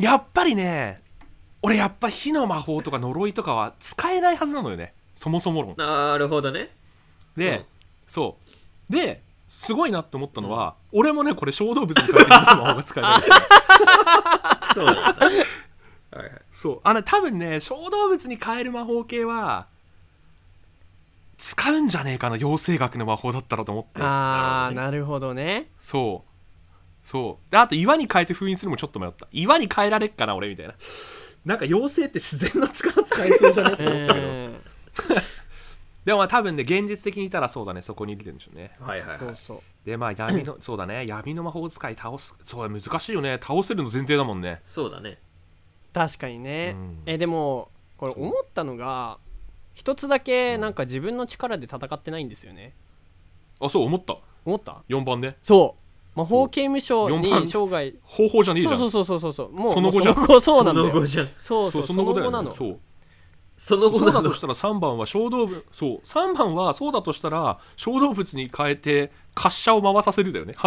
Speaker 1: やっぱりね、俺やっぱ火の魔法とか呪いとかは使えないはずなのよね、そもそも論。
Speaker 2: なるほどね。
Speaker 1: で、そうですごいなって思ったのは、俺もねこれ小動物に変えて火の魔法が使えないんですよ
Speaker 2: そうなんだはいはい。
Speaker 1: そう多分ね小動物に変える魔法系は使うんじゃねえかな、妖精学の魔法だったらと思って。
Speaker 3: なるほどね。
Speaker 1: そうで、あと岩に変えて封印するのもちょっと迷った。岩に変えられっかな俺みたいな、なんか妖精って自然の力使えそうじゃねって思ったけどでもまあ多分ね現実的にいたらそうだね、そこにいるんでしょうね。
Speaker 2: はいはいはい。
Speaker 3: そう
Speaker 1: でまあ闇のそうだね、闇の魔法使い倒す、そう難しいよね、倒せるの前提だもんね。
Speaker 2: そうだね。
Speaker 3: 確かにね、でもこれ思ったのが一つだけなんか自分の力で戦ってないんですよね。
Speaker 1: あ、そう思った。4番ね。
Speaker 3: そう魔法刑務所に生涯
Speaker 1: 方法じゃねえじゃん。
Speaker 3: そうもう
Speaker 1: その後じゃん。
Speaker 3: そうなんだよ。
Speaker 2: その後じゃん。
Speaker 3: そう
Speaker 1: その後だよね。
Speaker 3: なの。
Speaker 1: その後そうだとしたら3番は小動物、そう3番はそうだとしたら小動物に変えて滑車を回させるだよね。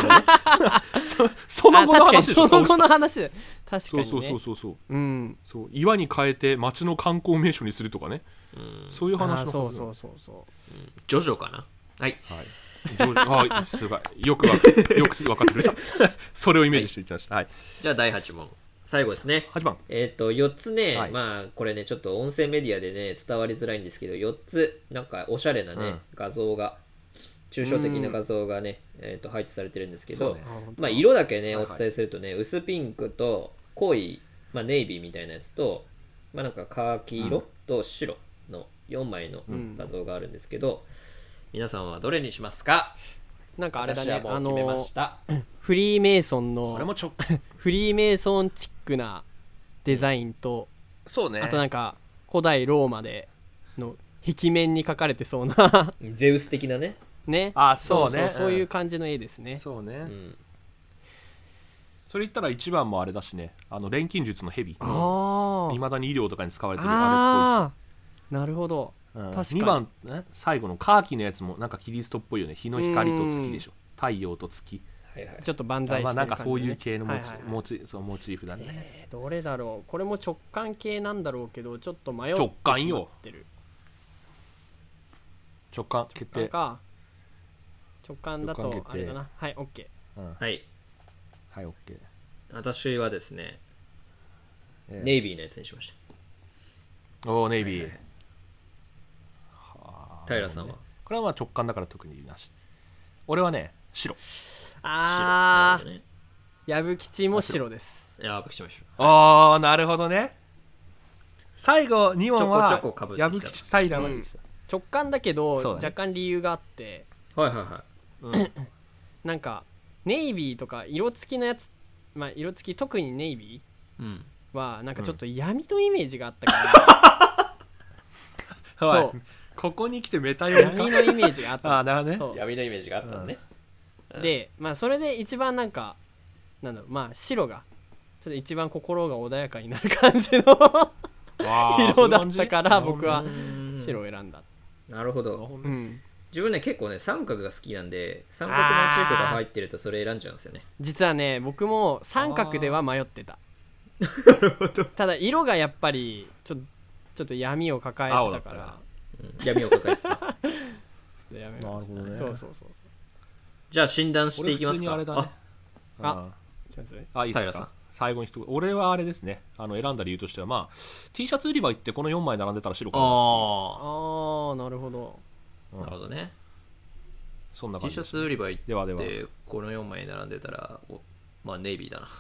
Speaker 1: その後の話でしょ。
Speaker 3: その後の話だよ。確かにね。
Speaker 1: そう岩に変えて町の観光名所にするとかね。そういう話のはず。
Speaker 3: そう
Speaker 2: ジョジョかな。はい
Speaker 1: すごいよく分かってくれたそれをイメージしていきました。はい、
Speaker 2: じゃあ第8問最後ですね。
Speaker 1: 8番
Speaker 2: 4つね、まあこれねちょっと音声メディアでね伝わりづらいんですけど、4つなんかおしゃれなね、画像が抽象的な画像がね、配置されてるんとですけど、まあ色だけねお伝えするとね、薄ピンクと濃い、まあ、ネイビーみたいなやつと、まあなんかカーキ色と白の4枚の画像があるんですけど、皆さんはどれにしますか？
Speaker 3: なんかあれだね、
Speaker 2: 私はもう決めました。
Speaker 3: フリーメイソンの
Speaker 1: これも
Speaker 3: フリーメイソンチックなデザインと、
Speaker 1: そうね、
Speaker 3: あとなんか古代ローマでの壁面に描かれてそうな
Speaker 2: ゼウス的なね。
Speaker 1: そうね、
Speaker 3: そういう感じの絵ですね。
Speaker 1: そうね、それ言ったら1番もあれだしね、錬金術の蛇、いまだに医療とかに使われてるあれっぽいし。
Speaker 3: なるほど。確かに
Speaker 1: 2番、最後のカーキのやつもなんかキリストっぽいよね。日の光と月でしょ、太陽と月、
Speaker 3: ちょっと万歳してる感じ、ね、
Speaker 1: なんかそういう系のモチーフだね。
Speaker 3: どれだろう、これも直感系なんだろうけどちょっと迷って
Speaker 1: 直感よ。直感決定。
Speaker 3: 直感だとあれだな。はい、 OK、
Speaker 2: はい
Speaker 1: はい、OK。
Speaker 2: 私はですね、ネイビーのやつにしました。
Speaker 1: おー、ネイビー。
Speaker 2: 平さんは？
Speaker 1: これはまあ直感だから特になし。俺はね、白。
Speaker 3: 矢吹吉も白です。
Speaker 2: 矢吹吉も白。
Speaker 1: なるほどね。最後2問は矢吹吉平まででした。
Speaker 3: 直感だけど若干理由があって、なんかネイビーとか色付きのやつ、まあ色付き特にネイビーはなんかちょっと闇のイメージがあったから、
Speaker 1: そうここに来てメタ読みか。
Speaker 3: 闇のイメージがあった。
Speaker 1: なるほど
Speaker 2: ね。闇のイメージがあったのね。
Speaker 3: で、まあそれで一番なんだろう、まあ白がちょっと一番心が穏やかになる感じの色だったから僕は白を選んだ。
Speaker 2: なるほど。自分ね結構ね三角が好きなんで、三角モチーフが入ってるとそれ選んじゃうんですよね。
Speaker 3: 実はね僕も三角では迷ってた。
Speaker 2: なるほど。
Speaker 3: ただ色がやっぱりちょっと闇を抱えてたから。
Speaker 2: 闇を抱えてた。
Speaker 3: やめましたね。そう。
Speaker 2: じゃあ診断していきますか。
Speaker 1: いいですか。最後に一言。俺はあれですね、選んだ理由としては、まあ T シャツ売り場行ってこの4枚並んでたら白かな。
Speaker 3: なるほど。
Speaker 2: なるほどね。
Speaker 1: そんな感じ。
Speaker 2: T シャツ売り場行って
Speaker 1: こ
Speaker 2: の4枚並んでたらまあネイビーだな。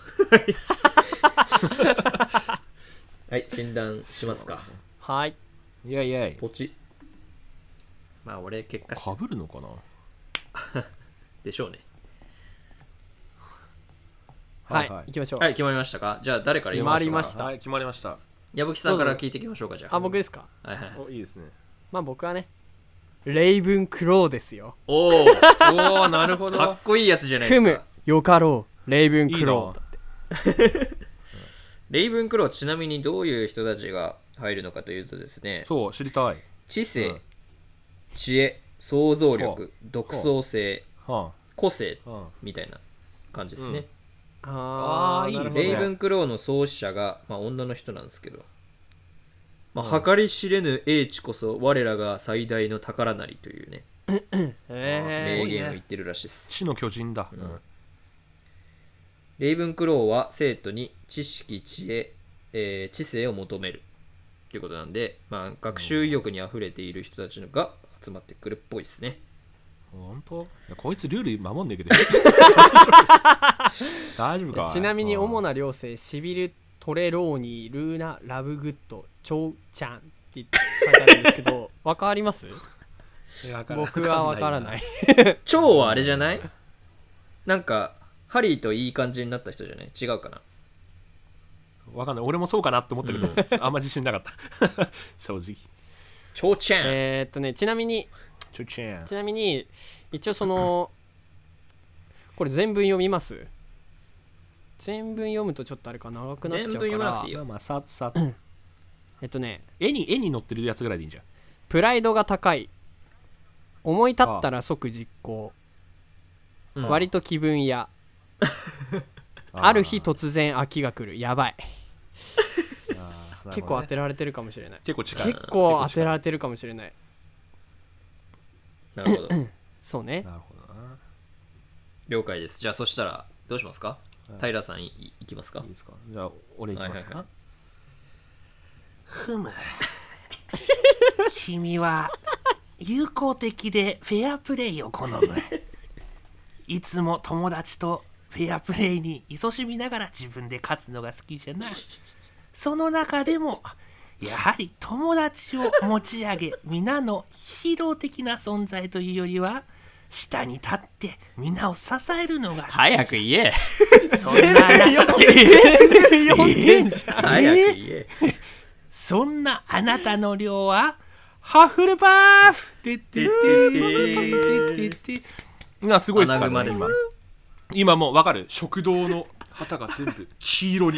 Speaker 2: はい、診断しますか。
Speaker 3: はい。
Speaker 1: イエイイエイ。
Speaker 2: ポチ。まあ俺結果
Speaker 1: かぶるのかな。
Speaker 2: でしょうね。
Speaker 3: はい、行きましょう。
Speaker 2: はい、決まりましたか。じゃあ誰から
Speaker 3: 読みましょうか。
Speaker 1: 決まりました。
Speaker 2: 矢吹さんから聞いていきましょうか。じゃあ。
Speaker 3: 僕ですか。
Speaker 1: いいですね。
Speaker 3: まあ僕はね、レイブンクローですよ。
Speaker 2: おお、なるほど。かっこいいやつじゃないですか。
Speaker 3: ふむよかろうレイブンクローだって。
Speaker 2: レイブンクロー、ちなみにどういう人たちが入るのかというとですね、
Speaker 1: そう知りたい。
Speaker 2: 知性、知恵、想像力、独創性、個性みたいな感じですね。
Speaker 3: ああ、いいですね。
Speaker 2: レイブンクローの創始者が、まあ、女の人なんですけど、まあ、計り知れぬ英知こそ我らが最大の宝なりというね名言を言ってるらしいです。
Speaker 1: 知の巨人だ、
Speaker 2: レイブンクローは生徒に知識知恵、知性を求めるということなんで、まあ、学習意欲にあふれている人たちが集まってくるっぽいですね。
Speaker 1: 本当？こいつルール守んねえけど大丈夫か。
Speaker 3: ちなみに主な寮生シビル・トレローニー、ルーナ・ラブグッド、チョウちゃんって書いてあるんですけどわかります？僕はわからない
Speaker 2: チョウはあれじゃない？なんかハリーといい感じになった人じゃない？違うかな。
Speaker 1: わかんない。俺もそうかなって思ったけどあんま自信なかった正直。
Speaker 2: チョウちゃ
Speaker 3: んちなみに一応そのこれ全文読みます？全文読むとちょっとあれか長くなっちゃうから、全文読まなくていいよ。
Speaker 1: まあさ絵に載ってるやつぐらいでいいんじゃん。
Speaker 3: プライドが高い、思い立ったら即実行、割と気分屋ある日突然秋が来る、やばい結構当てられてるかもしれない。
Speaker 1: 結構近い。
Speaker 3: 結構当てられてるかもしれない。
Speaker 2: なるほど
Speaker 3: そうね。
Speaker 1: なるほどな。
Speaker 2: 了解です。じゃあそしたらどうしますか？平さんいきますか？
Speaker 1: いいですか？じゃあ俺いきますか？
Speaker 4: ふむ君は友好的でフェアプレイを好む。いつも友達とフェアプレイに勤しみながら自分で勝つのが好きじゃな。その中でもやはり友達を持ち上げ皆のヒーロー的な存在というよりは下に立って皆を支えるのが好き。
Speaker 2: 早く言え。
Speaker 4: そんなあなたそんなあなたの寮はハッフルパーフてって
Speaker 1: 今すごいですか
Speaker 2: ね。
Speaker 1: 今もう分かる。食堂の旗が全部黄色に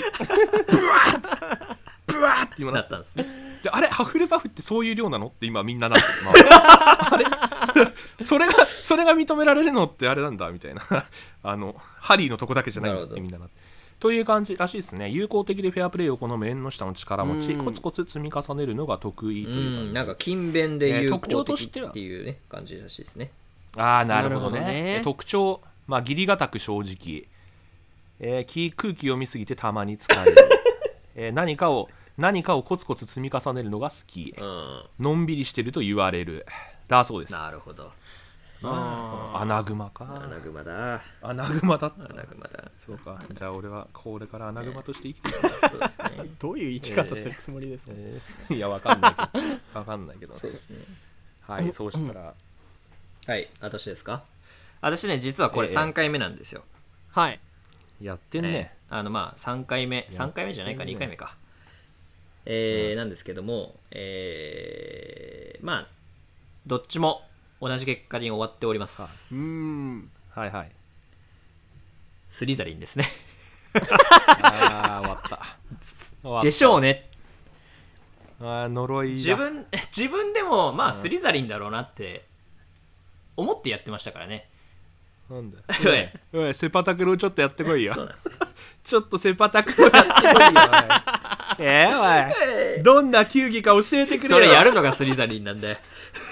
Speaker 1: ブワーって今
Speaker 2: なったんですね。
Speaker 1: であれハッフルパフってそういう量なのって今みんななってる、あれそれが認められるのってあれなんだみたいなハリーのとこだけじゃないんだってみんななってという感じらしいですね。友好的でフェアプレーを好む縁の下の力持ち、コツコツ積み重ねるのが得意という
Speaker 2: なんか勤勉で友好的っていうね感じらしいですね。
Speaker 1: ああなるほどね。特徴、まあ義理堅く正直、空気読みすぎてたまに疲れる、何かをコツコツ積み重ねるのが好き、のんびりしてると言われるだそうです。
Speaker 2: なるほど。
Speaker 1: アナグマか。
Speaker 2: アナグマだ。
Speaker 1: アナグマだった。
Speaker 2: アナグマだ。
Speaker 1: そうか。じゃあ俺はこれからアナグマとして生きてい
Speaker 2: く。そうですね。
Speaker 3: どういう生き方するつもりですか？
Speaker 1: いやわかんないけど。
Speaker 2: そうですね。
Speaker 1: はい。そうしたら
Speaker 2: はい。私ですか？私ね実はこれ3回目なんですよ。
Speaker 3: はい。
Speaker 1: やってんね。
Speaker 2: まあ3回目じゃないか2回目か。なんですけども、まあどっちも同じ結果に終わっております。
Speaker 1: はいはい。
Speaker 2: スリザリンですね。
Speaker 1: ああ終わった。
Speaker 2: でしょうね。
Speaker 1: 呪い
Speaker 2: だ。自分でもまあスリザリンだろうなって思ってやってましたからね。
Speaker 1: なんだおいセパタクローちょっとやってこいよ。
Speaker 2: そうなんですよ。
Speaker 1: ちょっとセパタクローやってこいよ。おいどんな球技か教えてくれよ。
Speaker 2: それやるのがスリザリンなんで。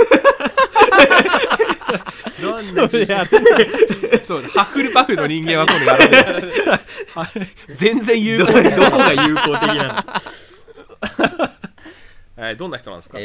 Speaker 1: どんな球技そうハッフルパフの人間は今度やらない。全然有効的。
Speaker 2: どこが有効的な
Speaker 1: の？どんな人なんですか？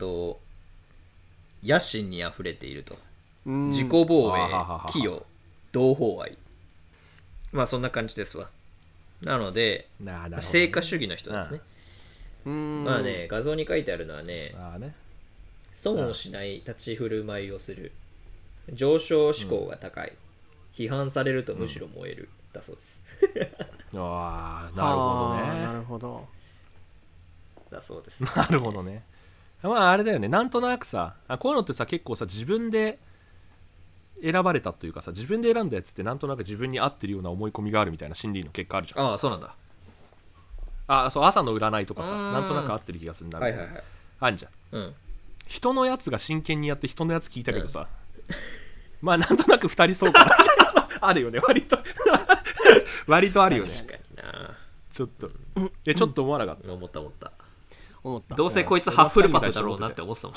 Speaker 2: 野心にあふれていると。自己防衛、器用、同胞愛。まあそんな感じですわ。なので、成果主義の人ですね。まあね、画像に書いてあるのはね、損をしない立ち振る舞いをする、上昇志向が高い、批判されるとむしろ燃える、だそうです。
Speaker 1: ああ、なるほどね。
Speaker 3: なるほど。
Speaker 2: だそうです。
Speaker 1: なるほどね。まああれだよね、なんとなくさ、こういうのってさ、結構さ、自分で選ばれたというかさ、自分で選んだやつってなんとなく自分に合ってるような思い込みがあるみたいな心理の結果あるじゃん。
Speaker 2: ああ、そうなんだ。
Speaker 1: そう朝の占いとかさ、なんとなく合ってる気がするんだけど、あんじゃん、人のやつが真剣にやって人のやつ聞いたけどさ、まあなんとなく2人そうかなあるよね割と割とあるよね。
Speaker 2: 確かにな。
Speaker 1: ちょっとちょっと思わなかった。
Speaker 2: 思ったどうせこいつハッフルパフだろうなって思ってたもん。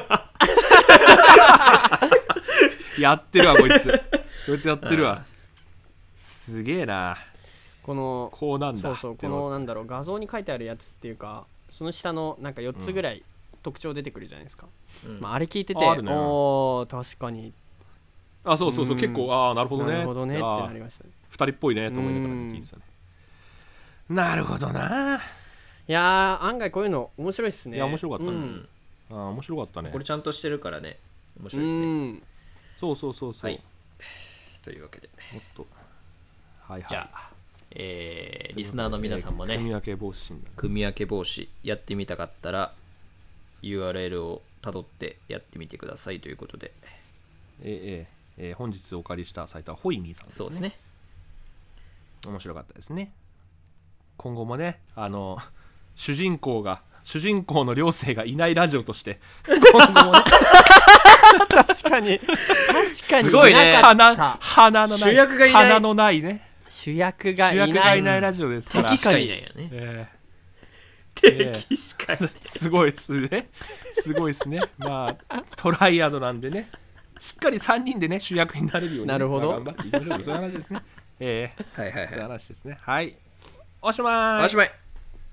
Speaker 1: やってるわこいつやってるわ。すげえな。こうなんだ。
Speaker 3: そうこのなんだろう、画像に書いてあるやつっていうか、その下のなんか4つぐらい特徴出てくるじゃないですか。あれ聞いてて、おー確かに、
Speaker 1: そう結構なるほどね
Speaker 3: ってなりましたね。
Speaker 1: 2人っぽいねと思いながら聞いてたね。なるほどな。
Speaker 3: いや案外こういうの面白いっすね。
Speaker 1: いや面白かったね。面白かったね。
Speaker 2: これちゃんとしてるからね、面白いですね。
Speaker 1: そう、
Speaker 2: はい、というわけで
Speaker 1: もっと
Speaker 2: じゃあリスナーの皆さんもね、
Speaker 1: 組み分け防止
Speaker 2: やってみたかったら URL をたどってやってみてくださいということで、
Speaker 1: 本日お借りしたサイトはホイミーさんですね。
Speaker 2: そうですね。
Speaker 1: 面白かったですね。今後もね、主人公の寮生がいないラジオとして今後もね
Speaker 3: 確かに
Speaker 1: すごいね。花のないね、
Speaker 3: 主役がい
Speaker 1: ないラジオですから。
Speaker 2: 敵しかいないよね。
Speaker 1: 敵しかいない。すごいですね。まあトライアドなんでね、しっかり3人でね主役になれるように、
Speaker 3: なるほど、
Speaker 1: 頑張っていきましょう。そういう話ですね。
Speaker 2: はい
Speaker 1: そういう話ですね。はい、おしまい。